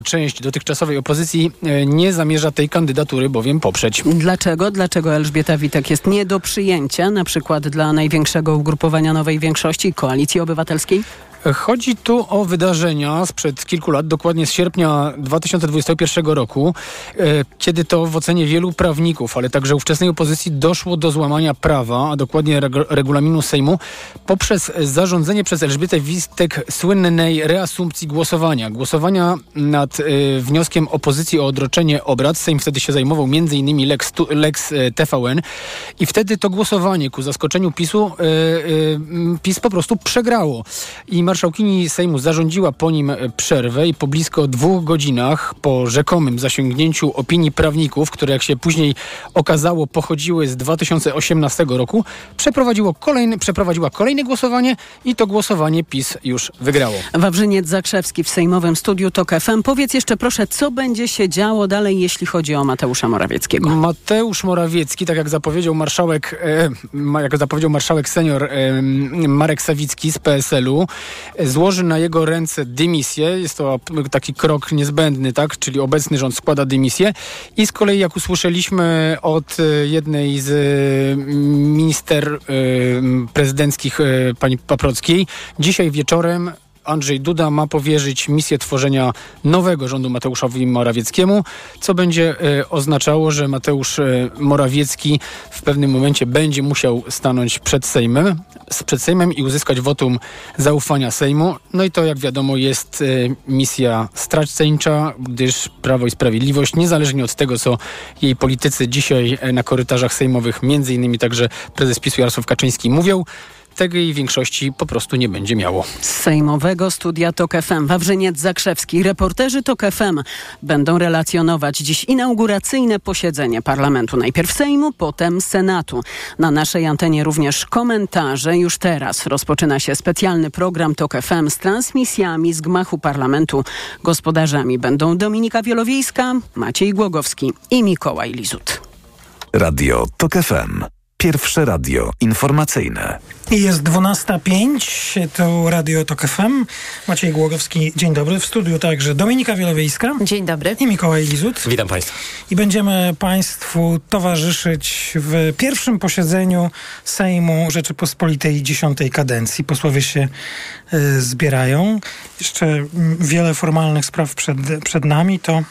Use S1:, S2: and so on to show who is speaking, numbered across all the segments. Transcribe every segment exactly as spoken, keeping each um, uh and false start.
S1: Część dotychczasowej opozycji nie zamierza tej kandydatury bowiem poprzeć.
S2: Dlaczego? Dlaczego Elżbieta Witek jest nie do przyjęcia, na przykład dla największego ugrupowania Nowej Większości, Koalicji Obywatelskiej?
S1: Chodzi tu o wydarzenia sprzed kilku lat, dokładnie z sierpnia dwa tysiące dwudziestego pierwszego roku, kiedy to w ocenie wielu prawników, ale także ówczesnej opozycji doszło do złamania prawa, a dokładnie reg- regulaminu Sejmu, poprzez zarządzenie przez Elżbietę Witek słynnej reasumpcji głosowania. Głosowania nad y, wnioskiem opozycji o odroczenie obrad. Sejm wtedy się zajmował między innymi Lex, tu, Lex T V N i wtedy to głosowanie ku zaskoczeniu PiSu y, y, PiS po prostu przegrało. I marszałkini Sejmu zarządziła po nim przerwę i po blisko dwóch godzinach, po rzekomym zasięgnięciu opinii prawników, które jak się później okazało pochodziły z dwa tysiące osiemnastego roku, przeprowadziło kolejne, przeprowadziła kolejne głosowanie i to głosowanie PiS już wygrało.
S2: Wawrzyniec Zakrzewski w sejmowym studiu TOK F M. Powiedz jeszcze proszę, co będzie się działo dalej, jeśli chodzi o Mateusza Morawieckiego?
S1: Mateusz Morawiecki, tak jak zapowiedział marszałek, e, jak zapowiedział marszałek senior e, Marek Sawicki z P S L u, złoży na jego ręce dymisję. Jest to taki krok niezbędny, tak? Czyli obecny rząd składa dymisję. I z kolei, jak usłyszeliśmy od jednej z minister prezydenckich, pani Paprockiej, dzisiaj wieczorem Andrzej Duda ma powierzyć misję tworzenia nowego rządu Mateuszowi Morawieckiemu, co będzie e, oznaczało, że Mateusz e, Morawiecki w pewnym momencie będzie musiał stanąć przed Sejmem, przed Sejmem i uzyskać wotum zaufania Sejmu. No i to, jak wiadomo, jest e, misja straceńcza, gdyż Prawo i Sprawiedliwość, niezależnie od tego, co jej politycy dzisiaj e, na korytarzach sejmowych, między innymi także prezes PiSu Jarosław Kaczyński mówią, tej większości po prostu nie będzie miało.
S2: Z sejmowego studia TOK F M Wawrzyniec Zakrzewski. Reporterzy TOK F M będą relacjonować dziś inauguracyjne posiedzenie parlamentu. Najpierw Sejmu, potem Senatu. Na naszej antenie również komentarze. Już teraz rozpoczyna się specjalny program TOK F M z transmisjami z gmachu parlamentu. Gospodarzami będą Dominika Wielowiejska, Maciej Głogowski i Mikołaj Lizut.
S3: Radio TOK F M. Pierwsze radio informacyjne.
S4: Jest dwunasta pięć, to Radio TOK F M. Maciej Głogowski, dzień dobry. W studiu także Dominika Wielowiejska.
S5: Dzień dobry.
S4: I Mikołaj Lizut.
S6: Witam Państwa.
S4: I będziemy Państwu towarzyszyć w pierwszym posiedzeniu Sejmu Rzeczypospolitej dziesiątej kadencji. Posłowie się y, zbierają. Jeszcze wiele formalnych spraw przed, przed nami. To,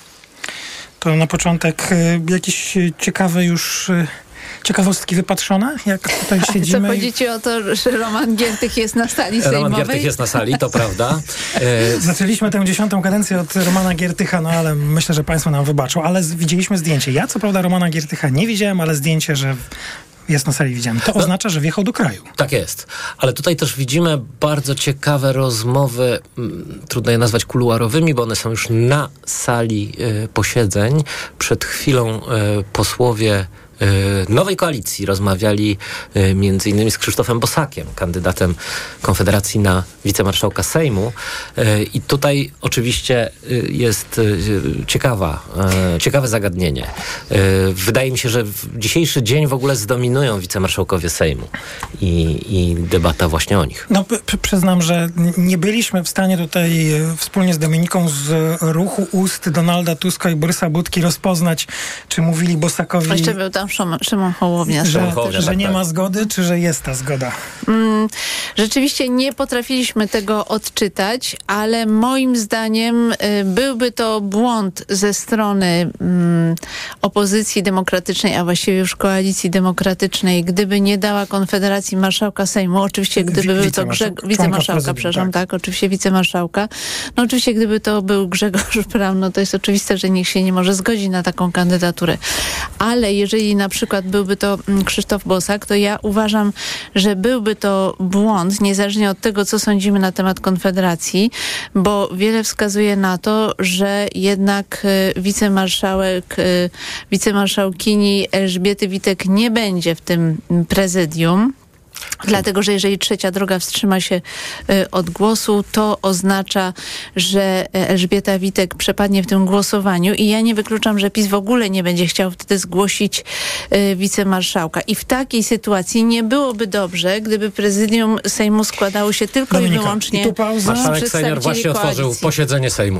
S4: to na początek y, jakieś ciekawe już... Y, ciekawostki wypatrzone, jak tutaj siedzimy.
S5: Co chodzi ci o to, że Roman Giertych jest na sali sejmowej?
S6: Roman Giertych jest na sali, to prawda.
S4: E... Zaczęliśmy tę dziesiątą kadencję od Romana Giertycha, no ale myślę, że Państwo nam wybaczą. Ale z, widzieliśmy zdjęcie. Ja co prawda Romana Giertycha nie widziałem, ale zdjęcie, że jest na sali widziałem. To no, oznacza, że wjechał do kraju.
S6: Tak jest. Ale tutaj też widzimy bardzo ciekawe rozmowy, m, trudno je nazwać kuluarowymi, bo one są już na sali y, posiedzeń. Przed chwilą y, posłowie nowej koalicji rozmawiali y, między innymi z Krzysztofem Bosakiem, kandydatem Konfederacji na wicemarszałka Sejmu. Y, I tutaj oczywiście y, jest y, ciekawa, y, ciekawe zagadnienie. Y, wydaje mi się, że w dzisiejszy dzień w ogóle zdominują wicemarszałkowie Sejmu i, i debata właśnie o nich.
S4: No p- przyznam, że nie byliśmy w stanie tutaj y, wspólnie z Dominiką z ruchu ust Donalda Tuska i Borysa Budki rozpoznać, czy mówili Bosakowi...
S5: Jeszcze był tam Szymon Hołownia.
S4: Że,
S6: Hołownia,
S4: że
S6: tak,
S4: nie
S6: tak.
S4: ma zgody, czy że jest ta zgoda?
S5: Mm, rzeczywiście nie potrafiliśmy tego odczytać, ale moim zdaniem y, byłby to błąd ze strony mm, opozycji demokratycznej, a właściwie już koalicji demokratycznej, gdyby nie dała Konfederacji marszałka Sejmu. Oczywiście gdyby był to Grzegorz... Wicemarszałka, przepraszam, tak. tak, oczywiście wicemarszałka. No oczywiście gdyby to był Grzegorz Braun, no to jest oczywiste, że nikt się nie może zgodzić na taką kandydaturę. Ale jeżeli na przykład byłby to Krzysztof Bosak, to ja uważam, że byłby to błąd, niezależnie od tego, co sądzimy na temat Konfederacji, bo wiele wskazuje na to, że jednak y, wicemarszałek, y, wicemarszałkini Elżbiety Witek nie będzie w tym prezydium. Dlatego, że jeżeli Trzecia Droga wstrzyma się y, od głosu, to oznacza, że Elżbieta Witek przepadnie w tym głosowaniu i ja nie wykluczam, że PiS w ogóle nie będzie chciał wtedy zgłosić y, wicemarszałka. I w takiej sytuacji nie byłoby dobrze, gdyby prezydium Sejmu składało się tylko
S4: Dominika,
S5: i wyłącznie
S4: i tu pauza.
S6: Marszałek senior właśnie otworzył posiedzenie Sejmu.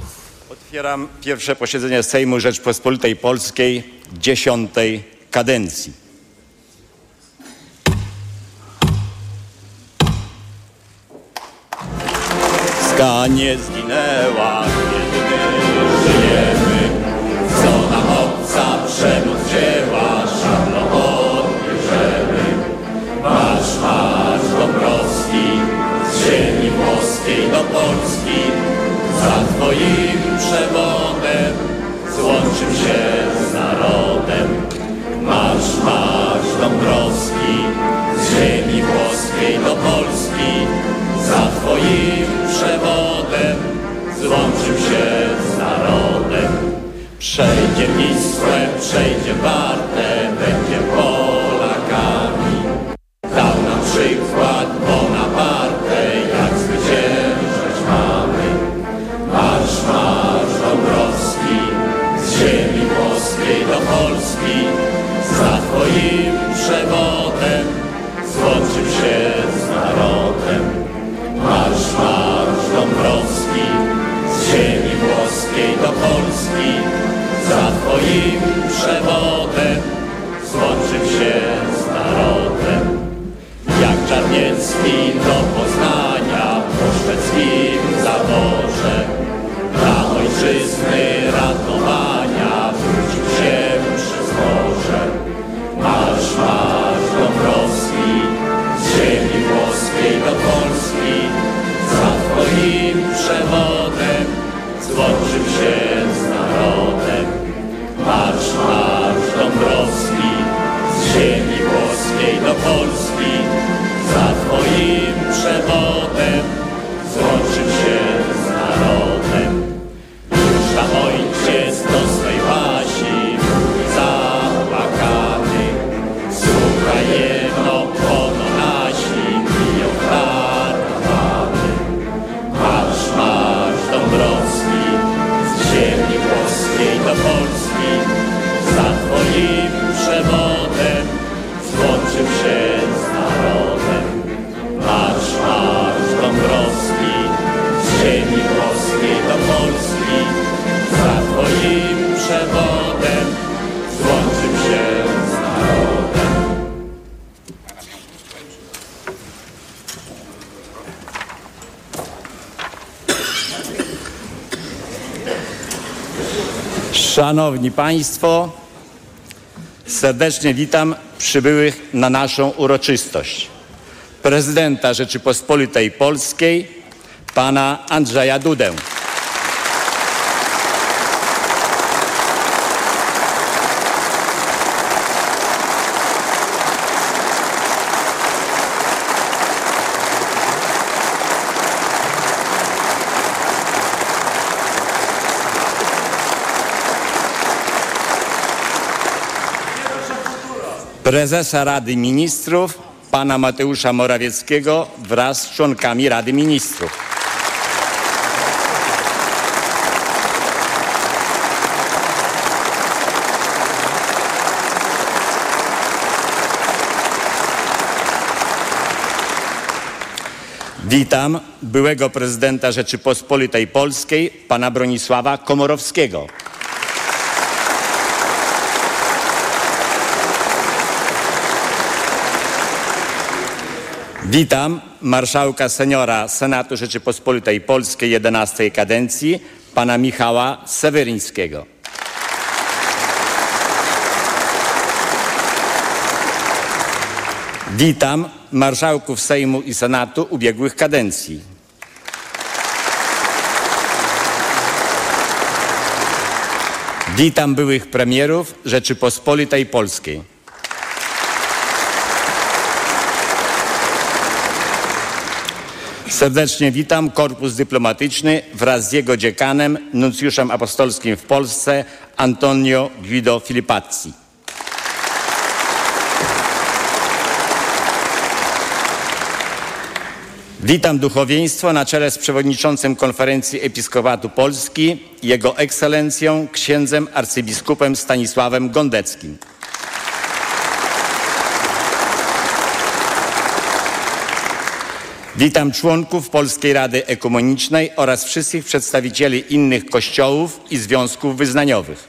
S7: Otwieram pierwsze posiedzenie Sejmu Rzeczypospolitej Polskiej dziesiątej kadencji. Polska nie zginęła, kiedy my żyjemy. Co nam obca przemoc wzięła, szablą odbierzemy. Marsz, marsz Dąbrowski, z ziemi włoskiej do Polski. Za Twoim przewodem złączył się z narodem. Marsz, marsz Dąbrowski, z ziemi włoskiej do Polski. Za Twoim przewodem złączył się z narodem. Przejdzie Wisłę, przejdzie Wartę, będzie Polakami. Dał nam przykład Bonaparte, jak zwyciężać mamy. Marsz, marsz Dąbrowski, z ziemi włoskiej do Polski. Za Twoim przewodem złączył się z narodem. Marsz, marsz Dąbrowski, z ziemi włoskiej do Polski. Za Twoim przewodem złączył się z narodem. Jak Czarniecki do Poznania po szwedzkim zaborze dla ojczyzny ratowania wrócił się przez morze. Marsz, marsz Dąbrowski, z ziemi włoskiej do Polski. Za Twoim przewodem złączył się z narodem. Marsz, marsz Dąbrowski, z ziemi włoskiej do Polski. Za Twoim przewodem złączył się z narodem. Już tam ojciec do swej wasi mówi zapłakany. Słuchaj jedno, ono nasi biją karawany. Marsz, marsz Dąbrowski, z ziemi włoskiej do Polski. Za Twoim przewodem złączył się z narodem. Marsz, marsz Dąbrowski, z ziemi włoskiej do Polski. Za Twoim przewodem złączył się z narodem. Szanowni Państwo, serdecznie witam przybyłych na naszą uroczystość. Prezydenta Rzeczypospolitej Polskiej, pana Andrzeja Dudę. Prezesa Rady Ministrów, pana Mateusza Morawieckiego wraz z członkami Rady Ministrów. Witam byłego prezydenta Rzeczypospolitej Polskiej, pana Bronisława Komorowskiego. Witam marszałka seniora Senatu Rzeczypospolitej Polskiej jedenastej kadencji, pana Michała Seweryńskiego. Witam marszałków Sejmu i Senatu ubiegłych kadencji. Witam byłych premierów Rzeczypospolitej Polskiej. Serdecznie witam korpus dyplomatyczny wraz z jego dziekanem, nuncjuszem apostolskim w Polsce, Antonio Guido Filipazzi. Witam duchowieństwo na czele z przewodniczącym Konferencji Episkopatu Polski, jego ekscelencją księdzem arcybiskupem Stanisławem Gondeckim. Witam członków Polskiej Rady Ekumenicznej oraz wszystkich przedstawicieli innych kościołów i związków wyznaniowych.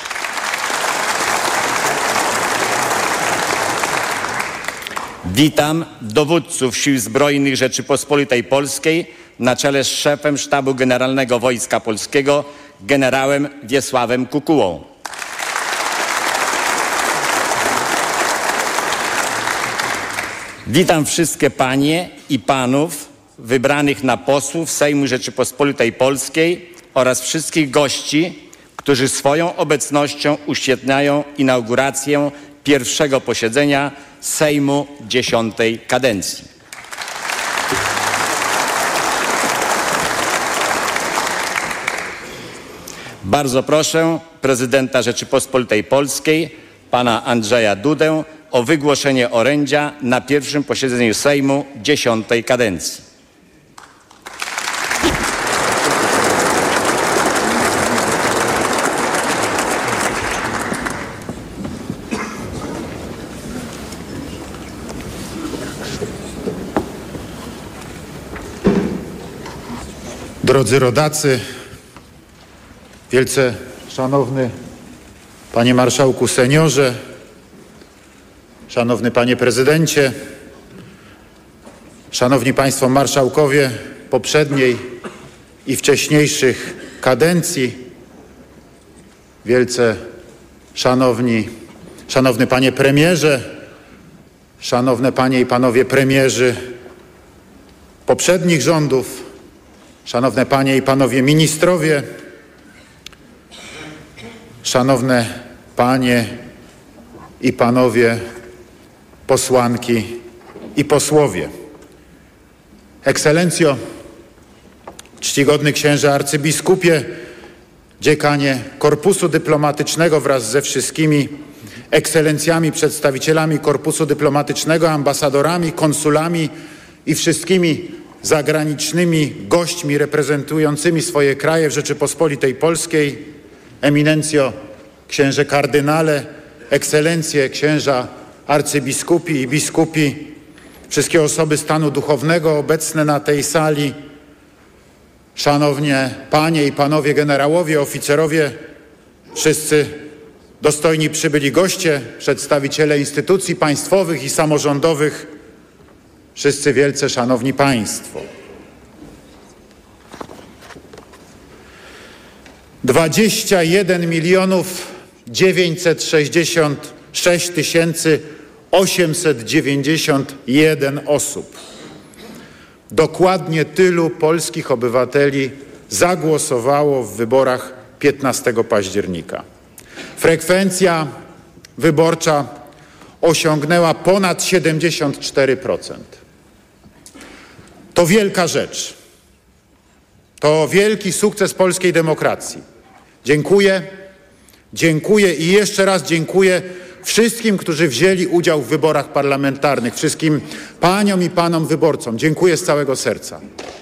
S7: Witam dowódców Sił Zbrojnych Rzeczypospolitej Polskiej na czele z szefem Sztabu Generalnego Wojska Polskiego generałem Wiesławem Kukułą. Witam wszystkie panie i panów wybranych na posłów Sejmu Rzeczypospolitej Polskiej oraz wszystkich gości, którzy swoją obecnością uświetniają inaugurację pierwszego posiedzenia Sejmu dziesiątej kadencji. Bardzo proszę prezydenta Rzeczypospolitej Polskiej, pana Andrzeja Dudę, o wygłoszenie orędzia na pierwszym posiedzeniu Sejmu dziesiątej kadencji.
S8: Drodzy rodacy, wielce szanowny panie marszałku seniorze, szanowny panie prezydencie, szanowni państwo marszałkowie poprzedniej i wcześniejszych kadencji, wielce szanowni, szanowny panie premierze, szanowne panie i panowie premierzy poprzednich rządów, szanowne panie i panowie ministrowie, szanowne panie i panowie posłanki i posłowie. Ekscelencjo, czcigodny księże arcybiskupie, dziekanie Korpusu Dyplomatycznego wraz ze wszystkimi ekscelencjami, przedstawicielami Korpusu Dyplomatycznego, ambasadorami, konsulami i wszystkimi zagranicznymi gośćmi reprezentującymi swoje kraje w Rzeczypospolitej Polskiej, eminencjo, księże kardynale, ekscelencje, księża arcybiskupi i biskupi, wszystkie osoby stanu duchownego obecne na tej sali, szanownie panie i panowie generałowie, oficerowie, wszyscy dostojni przybyli goście, przedstawiciele instytucji państwowych i samorządowych, wszyscy wielce szanowni państwo. dwadzieścia jeden milionów dziewięćset sześćdziesiąt sześć tysięcy osiemset dziewięćdziesiąt jeden osób. Dokładnie tylu polskich obywateli zagłosowało w wyborach piętnastego października. Frekwencja wyborcza osiągnęła ponad siedemdziesiąt cztery procent. To wielka rzecz. To wielki sukces polskiej demokracji. Dziękuję, dziękuję i jeszcze raz dziękuję wszystkim, którzy wzięli udział w wyborach parlamentarnych, wszystkim paniom i panom wyborcom. Dziękuję z całego serca.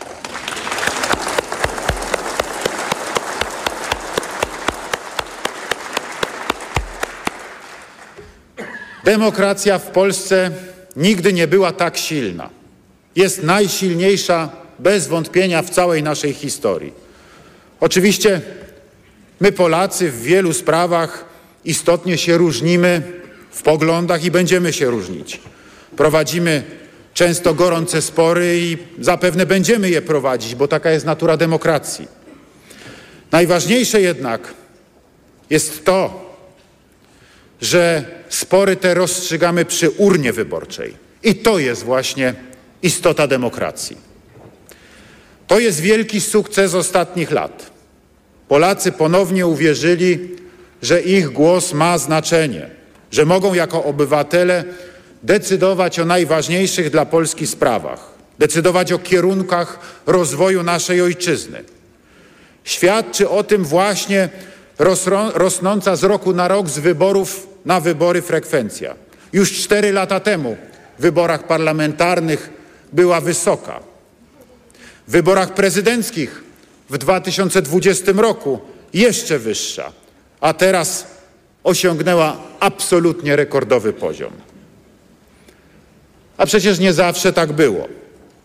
S8: Demokracja w Polsce nigdy nie była tak silna. Jest najsilniejsza bez wątpienia w całej naszej historii. Oczywiście my Polacy w wielu sprawach istotnie się różnimy w poglądach i będziemy się różnić. Prowadzimy często gorące spory i zapewne będziemy je prowadzić, bo taka jest natura demokracji. Najważniejsze jednak jest to, że spory te rozstrzygamy przy urnie wyborczej. I to jest właśnie istota demokracji. To jest wielki sukces ostatnich lat. Polacy ponownie uwierzyli, że ich głos ma znaczenie, że mogą jako obywatele decydować o najważniejszych dla Polski sprawach, decydować o kierunkach rozwoju naszej ojczyzny. Świadczy o tym właśnie rosnąca z roku na rok z wyborów na wybory frekwencja. Już cztery lata temu w wyborach parlamentarnych była wysoka. W wyborach prezydenckich w dwa tysiące dwudziestym roku jeszcze wyższa, a teraz osiągnęła absolutnie rekordowy poziom. A przecież nie zawsze tak było.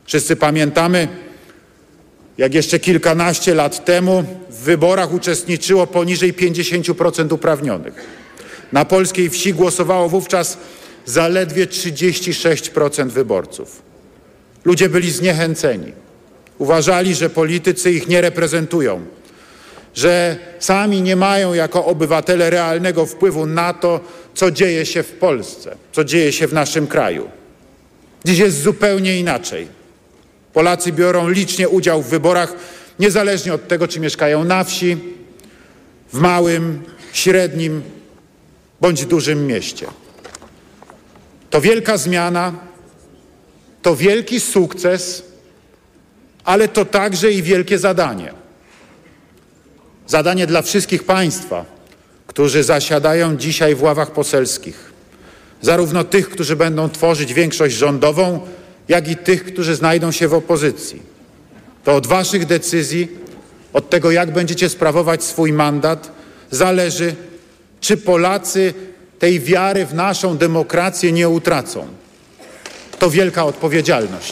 S8: Wszyscy pamiętamy, jak jeszcze kilkanaście lat temu w wyborach uczestniczyło poniżej pięćdziesiąt procent uprawnionych. Na polskiej wsi głosowało wówczas zaledwie trzydzieści sześć procent wyborców. Ludzie byli zniechęceni. Uważali, że politycy ich nie reprezentują, że sami nie mają jako obywatele realnego wpływu na to, co dzieje się w Polsce, co dzieje się w naszym kraju. Dziś jest zupełnie inaczej. Polacy biorą licznie udział w wyborach, niezależnie od tego, czy mieszkają na wsi, w małym, średnim bądź dużym mieście. To wielka zmiana, to wielki sukces, ale to także i wielkie zadanie. Zadanie dla wszystkich Państwa, którzy zasiadają dzisiaj w ławach poselskich. Zarówno tych, którzy będą tworzyć większość rządową, jak i tych, którzy znajdą się w opozycji. To od Waszych decyzji, od tego, jak będziecie sprawować swój mandat, zależy, czy Polacy tej wiary w naszą demokrację nie utracą. To wielka odpowiedzialność.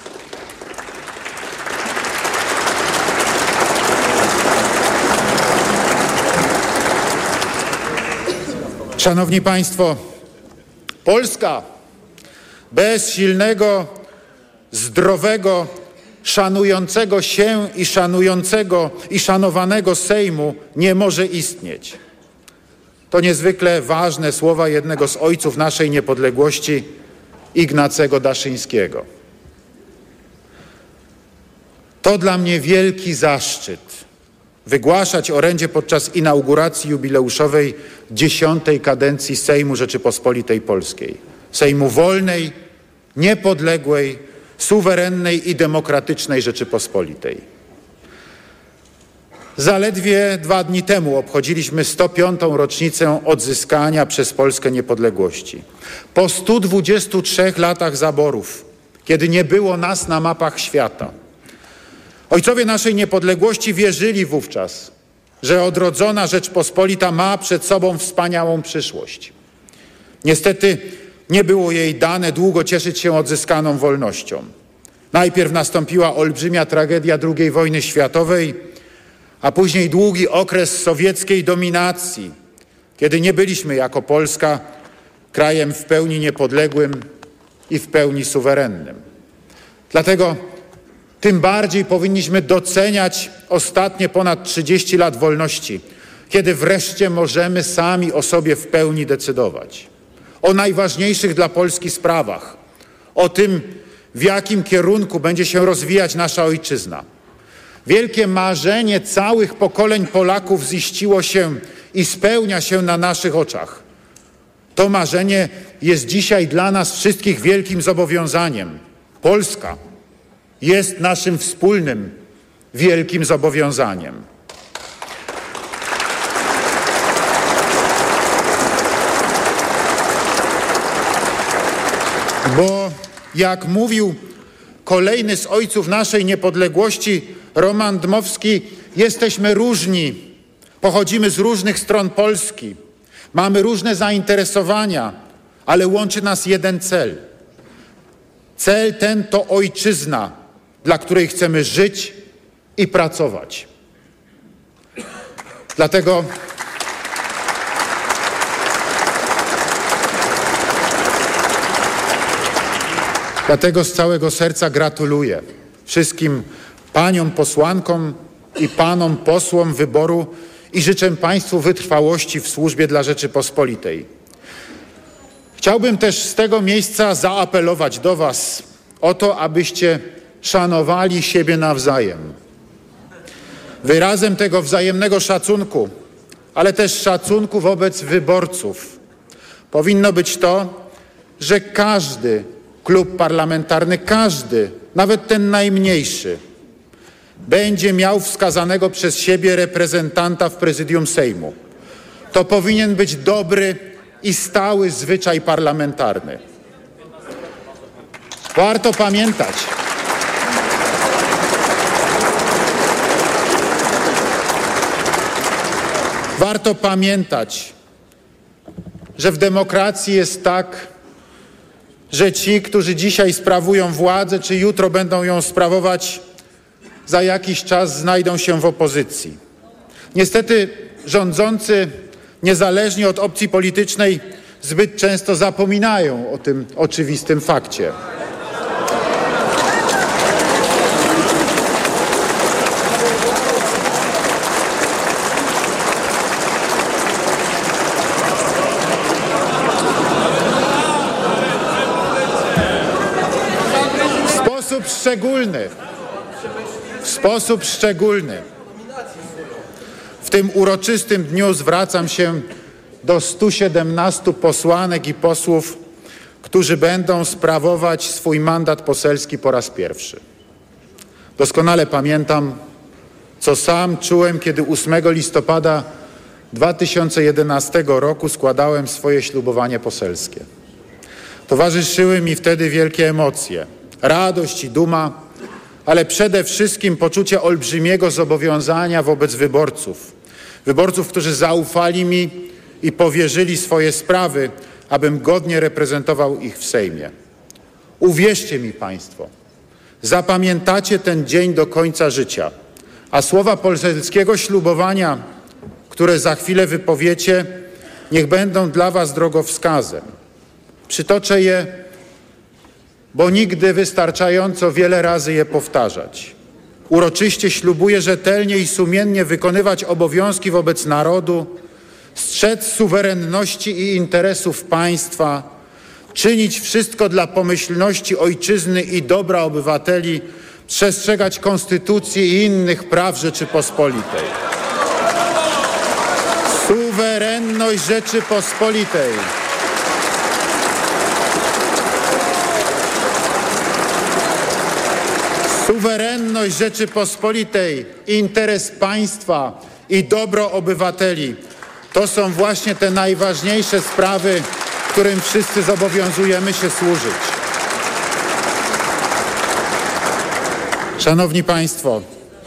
S8: Szanowni Państwo, Polska bez silnego, zdrowego, szanującego się i szanującego i szanowanego Sejmu nie może istnieć. To niezwykle ważne słowa jednego z ojców naszej niepodległości, Ignacego Daszyńskiego. To dla mnie wielki zaszczyt wygłaszać orędzie podczas inauguracji jubileuszowej dziesiątej kadencji Sejmu Rzeczypospolitej Polskiej. Sejmu wolnej, niepodległej, suwerennej i demokratycznej Rzeczypospolitej. Zaledwie dwa dni temu obchodziliśmy sto piątą rocznicę odzyskania przez Polskę niepodległości. Po stu dwudziestu trzech latach zaborów, kiedy nie było nas na mapach świata, ojcowie naszej niepodległości wierzyli wówczas, że odrodzona Rzeczpospolita ma przed sobą wspaniałą przyszłość. Niestety nie było jej dane długo cieszyć się odzyskaną wolnością. Najpierw nastąpiła olbrzymia tragedia drugiej wojny światowej, a później długi okres sowieckiej dominacji, kiedy nie byliśmy jako Polska krajem w pełni niepodległym i w pełni suwerennym. Dlatego tym bardziej powinniśmy doceniać ostatnie ponad trzydzieści lat wolności, kiedy wreszcie możemy sami o sobie w pełni decydować. O najważniejszych dla Polski sprawach, o tym, w jakim kierunku będzie się rozwijać nasza ojczyzna. Wielkie marzenie całych pokoleń Polaków ziściło się i spełnia się na naszych oczach. To marzenie jest dzisiaj dla nas wszystkich wielkim zobowiązaniem. Polska jest naszym wspólnym, wielkim zobowiązaniem. Bo jak mówił kolejny z ojców naszej niepodległości, Roman Dmowski, jesteśmy różni, pochodzimy z różnych stron Polski, mamy różne zainteresowania, ale łączy nas jeden cel. Cel ten to ojczyzna, dla której chcemy żyć i pracować. Dlatego Dlatego z całego serca gratuluję wszystkim paniom posłankom i panom posłom wyboru i życzę Państwu wytrwałości w służbie dla Rzeczypospolitej. Chciałbym też z tego miejsca zaapelować do Was o to, abyście szanowali siebie nawzajem. Wyrazem tego wzajemnego szacunku, ale też szacunku wobec wyborców powinno być to, że każdy klub parlamentarny, każdy, nawet ten najmniejszy, będzie miał wskazanego przez siebie reprezentanta w prezydium Sejmu. To powinien być dobry i stały zwyczaj parlamentarny. Warto pamiętać, warto pamiętać, że w demokracji jest tak, że ci, którzy dzisiaj sprawują władzę, czy jutro będą ją sprawować, za jakiś czas znajdą się w opozycji. Niestety rządzący, niezależnie od opcji politycznej, zbyt często zapominają o tym oczywistym fakcie. W sposób szczególny, w sposób szczególny w tym uroczystym dniu zwracam się do stu siedemnastu posłanek i posłów, którzy będą sprawować swój mandat poselski po raz pierwszy. Doskonale pamiętam, co sam czułem, kiedy ósmego listopada dwa tysiące jedenastego roku składałem swoje ślubowanie poselskie. Towarzyszyły mi wtedy wielkie emocje, radość i duma, ale przede wszystkim poczucie olbrzymiego zobowiązania wobec wyborców. Wyborców, którzy zaufali mi i powierzyli swoje sprawy, abym godnie reprezentował ich w Sejmie. Uwierzcie mi Państwo, zapamiętacie ten dzień do końca życia, a słowa poselskiego ślubowania, które za chwilę wypowiecie, niech będą dla Was drogowskazem. Przytoczę je, bo nigdy wystarczająco wiele razy je powtarzać. Uroczyście ślubuję rzetelnie i sumiennie wykonywać obowiązki wobec narodu, strzec suwerenności i interesów państwa, czynić wszystko dla pomyślności ojczyzny i dobra obywateli, przestrzegać konstytucji i innych praw Rzeczypospolitej. Suwerenność Rzeczypospolitej. Suwerenność Rzeczypospolitej, interes państwa i dobro obywateli to są właśnie te najważniejsze sprawy, którym wszyscy zobowiązujemy się służyć. Szanowni Państwo,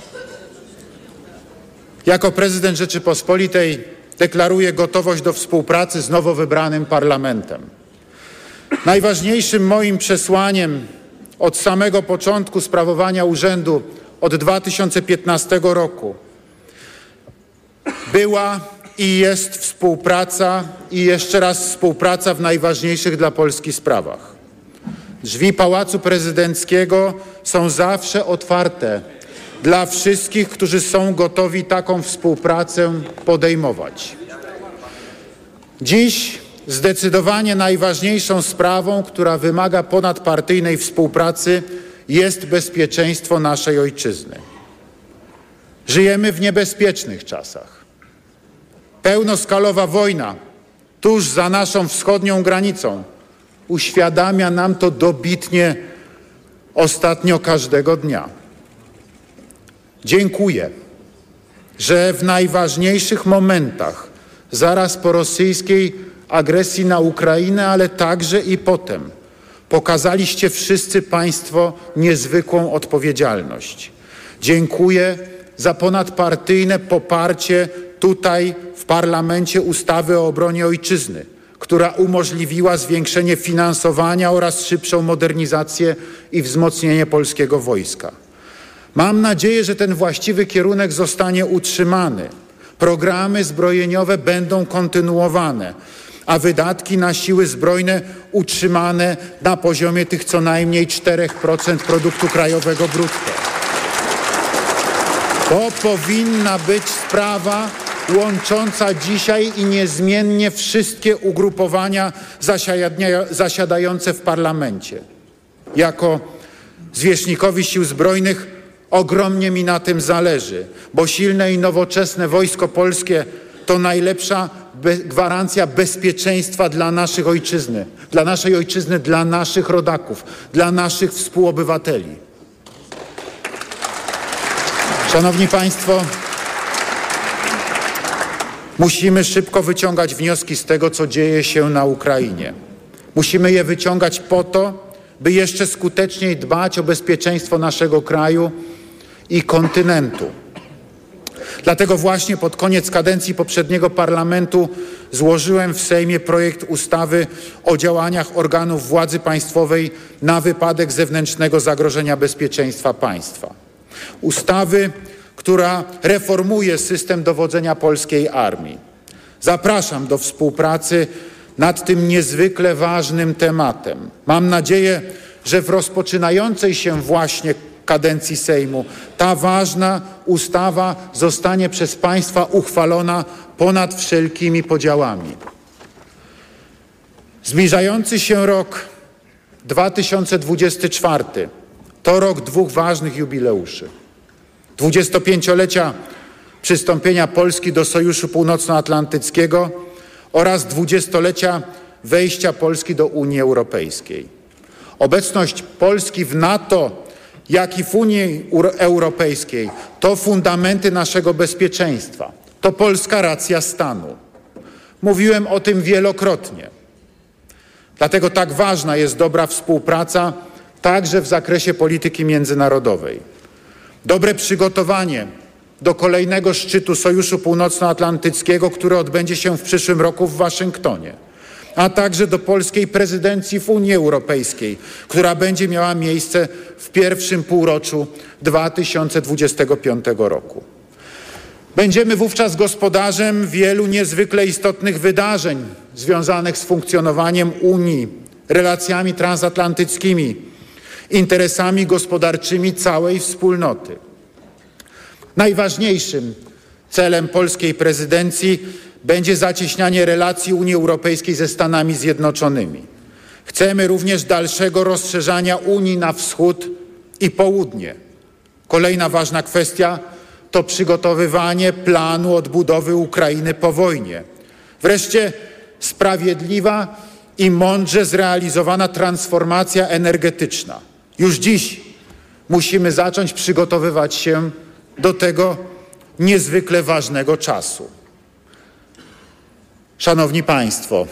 S8: jako prezydent Rzeczypospolitej deklaruję gotowość do współpracy z nowo wybranym parlamentem. Najważniejszym moim przesłaniem od samego początku sprawowania urzędu od dwa tysiące piętnastego roku była i jest współpraca i jeszcze raz współpraca w najważniejszych dla Polski sprawach. Drzwi Pałacu Prezydenckiego są zawsze otwarte dla wszystkich, którzy są gotowi taką współpracę podejmować. Dziś zdecydowanie najważniejszą sprawą, która wymaga ponadpartyjnej współpracy, jest bezpieczeństwo naszej ojczyzny. Żyjemy w niebezpiecznych czasach. Pełnoskalowa wojna tuż za naszą wschodnią granicą uświadamia nam to dobitnie ostatnio każdego dnia. Dziękuję, że w najważniejszych momentach, zaraz po rosyjskiej agresji na Ukrainę, ale także i potem, pokazaliście wszyscy Państwo niezwykłą odpowiedzialność. Dziękuję za ponadpartyjne poparcie tutaj w parlamencie ustawy o obronie ojczyzny, która umożliwiła zwiększenie finansowania oraz szybszą modernizację i wzmocnienie polskiego wojska. Mam nadzieję, że ten właściwy kierunek zostanie utrzymany. Programy zbrojeniowe będą kontynuowane, a wydatki na siły zbrojne utrzymane na poziomie tych co najmniej czterech procent produktu krajowego brutto. To powinna być sprawa łącząca dzisiaj i niezmiennie wszystkie ugrupowania zasiadające w parlamencie. Jako zwierzchnikowi Sił Zbrojnych ogromnie mi na tym zależy, bo silne i nowoczesne Wojsko Polskie to najlepsza be- gwarancja bezpieczeństwa dla naszych ojczyzny, dla naszej ojczyzny, dla naszych rodaków, dla naszych współobywateli. Szanowni Państwo, musimy szybko wyciągać wnioski z tego, co dzieje się na Ukrainie. Musimy je wyciągać po to, by jeszcze skuteczniej dbać o bezpieczeństwo naszego kraju i kontynentu. Dlatego właśnie pod koniec kadencji poprzedniego parlamentu złożyłem w Sejmie projekt ustawy o działaniach organów władzy państwowej na wypadek zewnętrznego zagrożenia bezpieczeństwa państwa. Ustawy, która reformuje system dowodzenia polskiej armii. Zapraszam do współpracy nad tym niezwykle ważnym tematem. Mam nadzieję, że w rozpoczynającej się właśnie kadencji Sejmu ta ważna ustawa zostanie przez Państwa uchwalona ponad wszelkimi podziałami. Zbliżający się rok dwa tysiące dwudziesty czwarty to rok dwóch ważnych jubileuszy. dwudziestopięciolecia przystąpienia Polski do Sojuszu Północnoatlantyckiego oraz dwudziestolecia wejścia Polski do Unii Europejskiej. Obecność Polski w NATO, jak i w Unii Europejskiej to fundamenty naszego bezpieczeństwa. To polska racja stanu. Mówiłem o tym wielokrotnie. Dlatego tak ważna jest dobra współpraca także w zakresie polityki międzynarodowej. Dobre przygotowanie do kolejnego szczytu Sojuszu Północnoatlantyckiego, który odbędzie się w przyszłym roku w Waszyngtonie, a także do polskiej prezydencji w Unii Europejskiej, która będzie miała miejsce w pierwszym półroczu dwa tysiące dwudziestego piątego roku. Będziemy wówczas gospodarzem wielu niezwykle istotnych wydarzeń związanych z funkcjonowaniem Unii, relacjami transatlantyckimi, interesami gospodarczymi całej wspólnoty. Najważniejszym celem polskiej prezydencji będzie zacieśnianie relacji Unii Europejskiej ze Stanami Zjednoczonymi. Chcemy również dalszego rozszerzania Unii na wschód i południe. Kolejna ważna kwestia to przygotowywanie planu odbudowy Ukrainy po wojnie. Wreszcie sprawiedliwa i mądrze zrealizowana transformacja energetyczna. Już dziś musimy zacząć przygotowywać się do tego niezwykle ważnego czasu. Szanowni Państwo,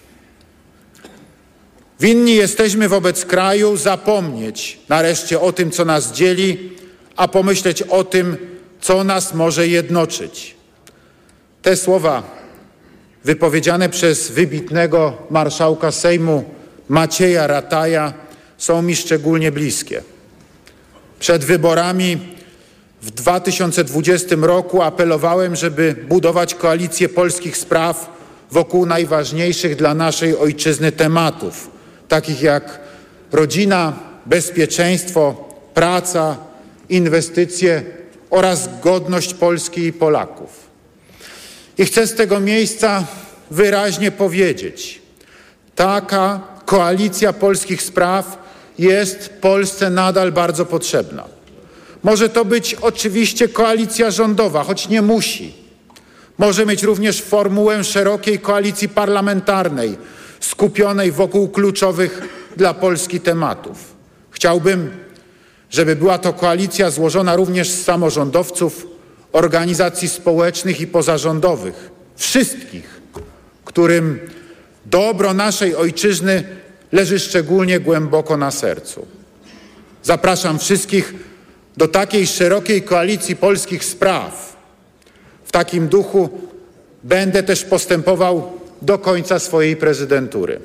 S8: winni jesteśmy wobec kraju zapomnieć nareszcie o tym, co nas dzieli, a pomyśleć o tym, co nas może jednoczyć. Te słowa wypowiedziane przez wybitnego marszałka Sejmu Macieja Rataja są mi szczególnie bliskie. Przed wyborami w dwa tysiące dwudziestym roku apelowałem, żeby budować koalicję polskich spraw wokół najważniejszych dla naszej ojczyzny tematów, takich jak rodzina, bezpieczeństwo, praca, inwestycje oraz godność Polski i Polaków. I chcę z tego miejsca wyraźnie powiedzieć, taka koalicja polskich spraw jest Polsce nadal bardzo potrzebna. Może to być oczywiście koalicja rządowa, choć nie musi. Może mieć również formułę szerokiej koalicji parlamentarnej, skupionej wokół kluczowych dla Polski tematów. Chciałbym, żeby była to koalicja złożona również z samorządowców, organizacji społecznych i pozarządowych, wszystkich, którym dobro naszej ojczyzny leży szczególnie głęboko na sercu. Zapraszam wszystkich do takiej szerokiej koalicji polskich spraw. W takim duchu będę też postępował do końca swojej prezydentury.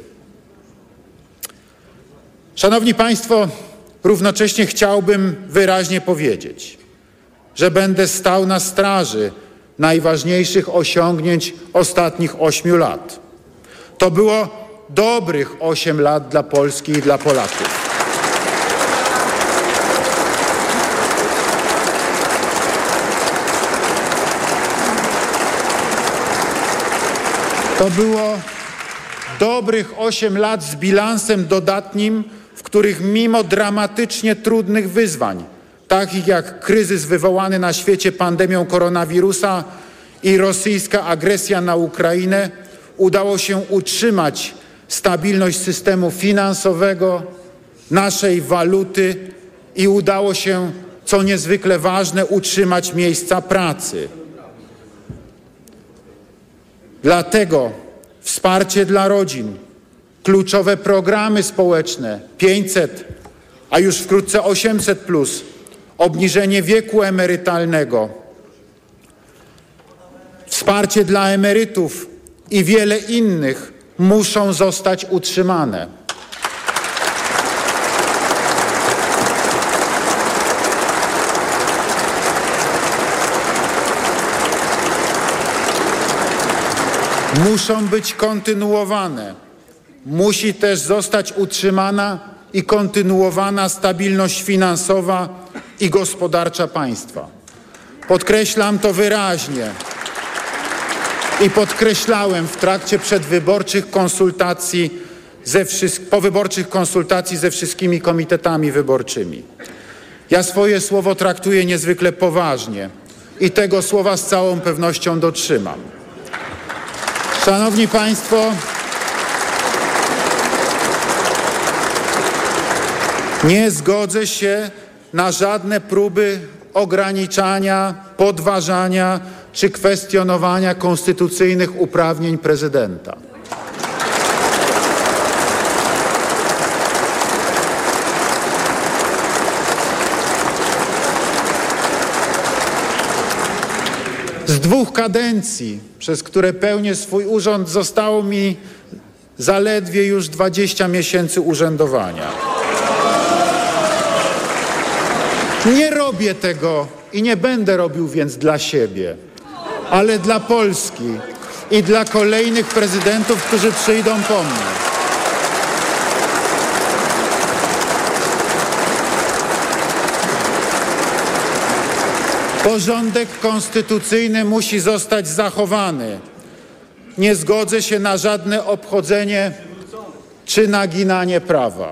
S8: Szanowni Państwo, równocześnie chciałbym wyraźnie powiedzieć, że będę stał na straży najważniejszych osiągnięć ostatnich ośmiu lat. To było dobrych osiem lat dla Polski i dla Polaków. To było dobrych osiem lat z bilansem dodatnim, w których mimo dramatycznie trudnych wyzwań, takich jak kryzys wywołany na świecie pandemią koronawirusa i rosyjska agresja na Ukrainę, udało się utrzymać stabilność systemu finansowego, naszej waluty i udało się, co niezwykle ważne, utrzymać miejsca pracy. Dlatego wsparcie dla rodzin, kluczowe programy społeczne pięćset, a już wkrótce osiemset plus, obniżenie wieku emerytalnego, Wsparcie dla emerytów i wiele innych muszą zostać utrzymane. Muszą być kontynuowane. Musi też zostać utrzymana i kontynuowana stabilność finansowa i gospodarcza państwa. Podkreślam to wyraźnie i podkreślałem w trakcie przedwyborczych konsultacji, ze wszy- powyborczych konsultacji ze wszystkimi komitetami wyborczymi. Ja swoje słowo traktuję niezwykle poważnie i tego słowa z całą pewnością dotrzymam. Szanowni Państwo, nie zgodzę się na żadne próby ograniczania, podważania czy kwestionowania konstytucyjnych uprawnień prezydenta. Z dwóch kadencji, przez które pełnię swój urząd, zostało mi zaledwie już dwadzieścia miesięcy urzędowania. Nie robię tego i nie będę robił więc dla siebie, ale dla Polski i dla kolejnych prezydentów, którzy przyjdą po mnie. Porządek konstytucyjny musi zostać zachowany. Nie zgodzę się na żadne obchodzenie czy naginanie prawa.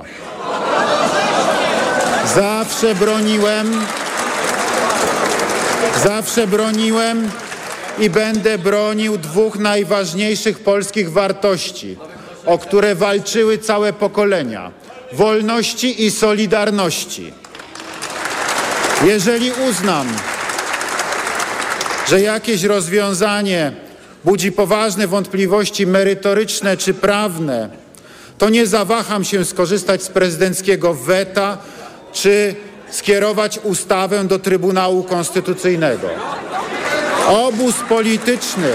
S8: Zawsze broniłem, zawsze broniłem i będę bronił dwóch najważniejszych polskich wartości, o które walczyły całe pokolenia: wolności i solidarności. Jeżeli uznam, że jakieś rozwiązanie budzi poważne wątpliwości merytoryczne czy prawne, to nie zawaham się skorzystać z prezydenckiego weta czy skierować ustawę do Trybunału Konstytucyjnego. Obóz polityczny,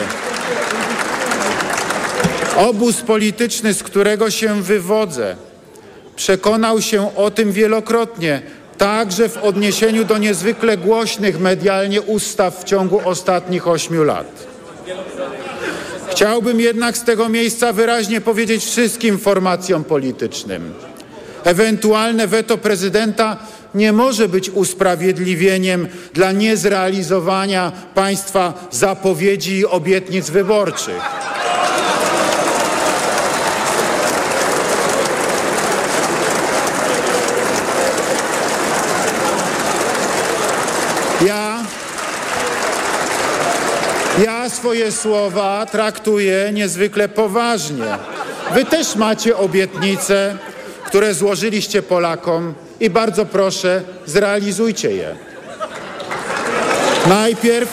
S8: obóz polityczny, z którego się wywodzę, przekonał się o tym wielokrotnie, także w odniesieniu do niezwykle głośnych medialnie ustaw w ciągu ostatnich ośmiu lat. Chciałbym jednak z tego miejsca wyraźnie powiedzieć wszystkim formacjom politycznym: ewentualne weto prezydenta nie może być usprawiedliwieniem dla niezrealizowania państwa zapowiedzi i obietnic wyborczych. Ja, ja swoje słowa traktuję niezwykle poważnie. Wy też macie obietnice, które złożyliście Polakom, i bardzo proszę, zrealizujcie je. Najpierw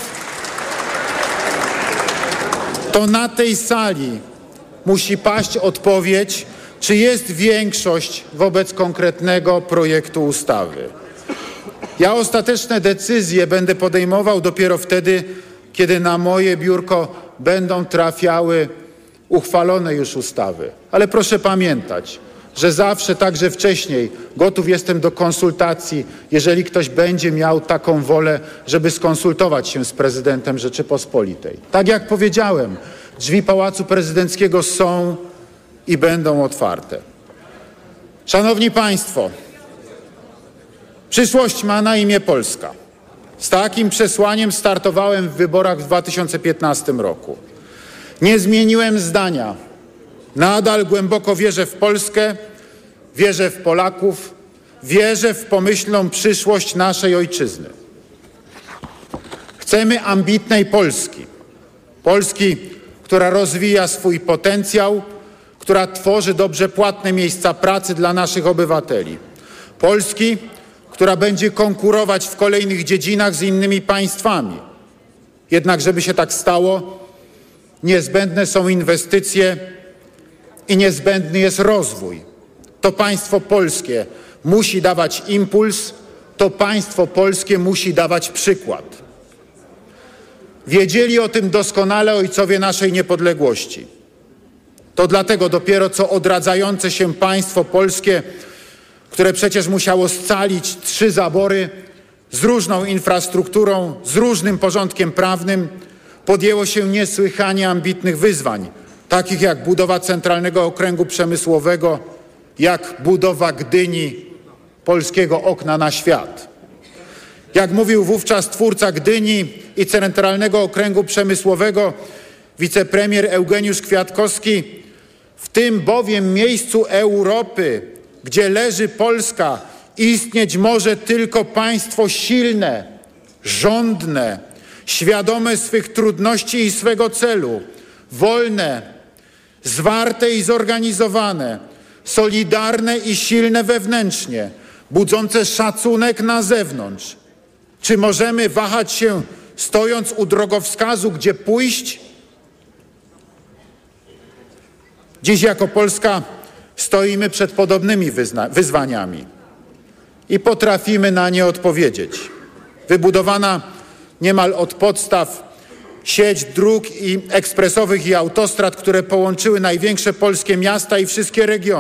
S8: to na tej sali musi paść odpowiedź, czy jest większość wobec konkretnego projektu ustawy. Ja ostateczne decyzje będę podejmował dopiero wtedy, kiedy na moje biurko będą trafiały uchwalone już ustawy. Ale proszę pamiętać, że zawsze, także wcześniej, gotów jestem do konsultacji, jeżeli ktoś będzie miał taką wolę, żeby skonsultować się z prezydentem Rzeczypospolitej. Tak jak powiedziałem, drzwi Pałacu Prezydenckiego są i będą otwarte. Szanowni Państwo, przyszłość ma na imię Polska. Z takim przesłaniem startowałem w wyborach w dwa tysiące piętnastym roku. Nie zmieniłem zdania. Nadal głęboko wierzę w Polskę, wierzę w Polaków, wierzę w pomyślną przyszłość naszej ojczyzny. Chcemy ambitnej Polski. Polski, która rozwija swój potencjał, która tworzy dobrze płatne miejsca pracy dla naszych obywateli. Polski, która będzie konkurować w kolejnych dziedzinach z innymi państwami. Jednak żeby się tak stało, niezbędne są inwestycje i niezbędny jest rozwój. To państwo polskie musi dawać impuls, to państwo polskie musi dawać przykład. Wiedzieli o tym doskonale ojcowie naszej niepodległości. To dlatego dopiero co odradzające się państwo polskie, które przecież musiało scalić trzy zabory z różną infrastrukturą, z różnym porządkiem prawnym, podjęło się niesłychanie ambitnych wyzwań, takich jak budowa Centralnego Okręgu Przemysłowego, jak budowa Gdyni, polskiego okna na świat. Jak mówił wówczas twórca Gdyni i Centralnego Okręgu Przemysłowego, wicepremier Eugeniusz Kwiatkowski, w tym bowiem miejscu Europy, gdzie leży Polska, istnieć może tylko państwo silne, żądne, świadome swych trudności i swego celu, wolne, zwarte i zorganizowane, solidarne i silne wewnętrznie, budzące szacunek na zewnątrz. Czy możemy wahać się, stojąc u drogowskazu, gdzie pójść? Dziś jako Polska stoimy przed podobnymi wyzwaniami i potrafimy na nie odpowiedzieć. Wybudowana niemal od podstaw sieć dróg i ekspresowych i autostrad, które połączyły największe polskie miasta i wszystkie regiony.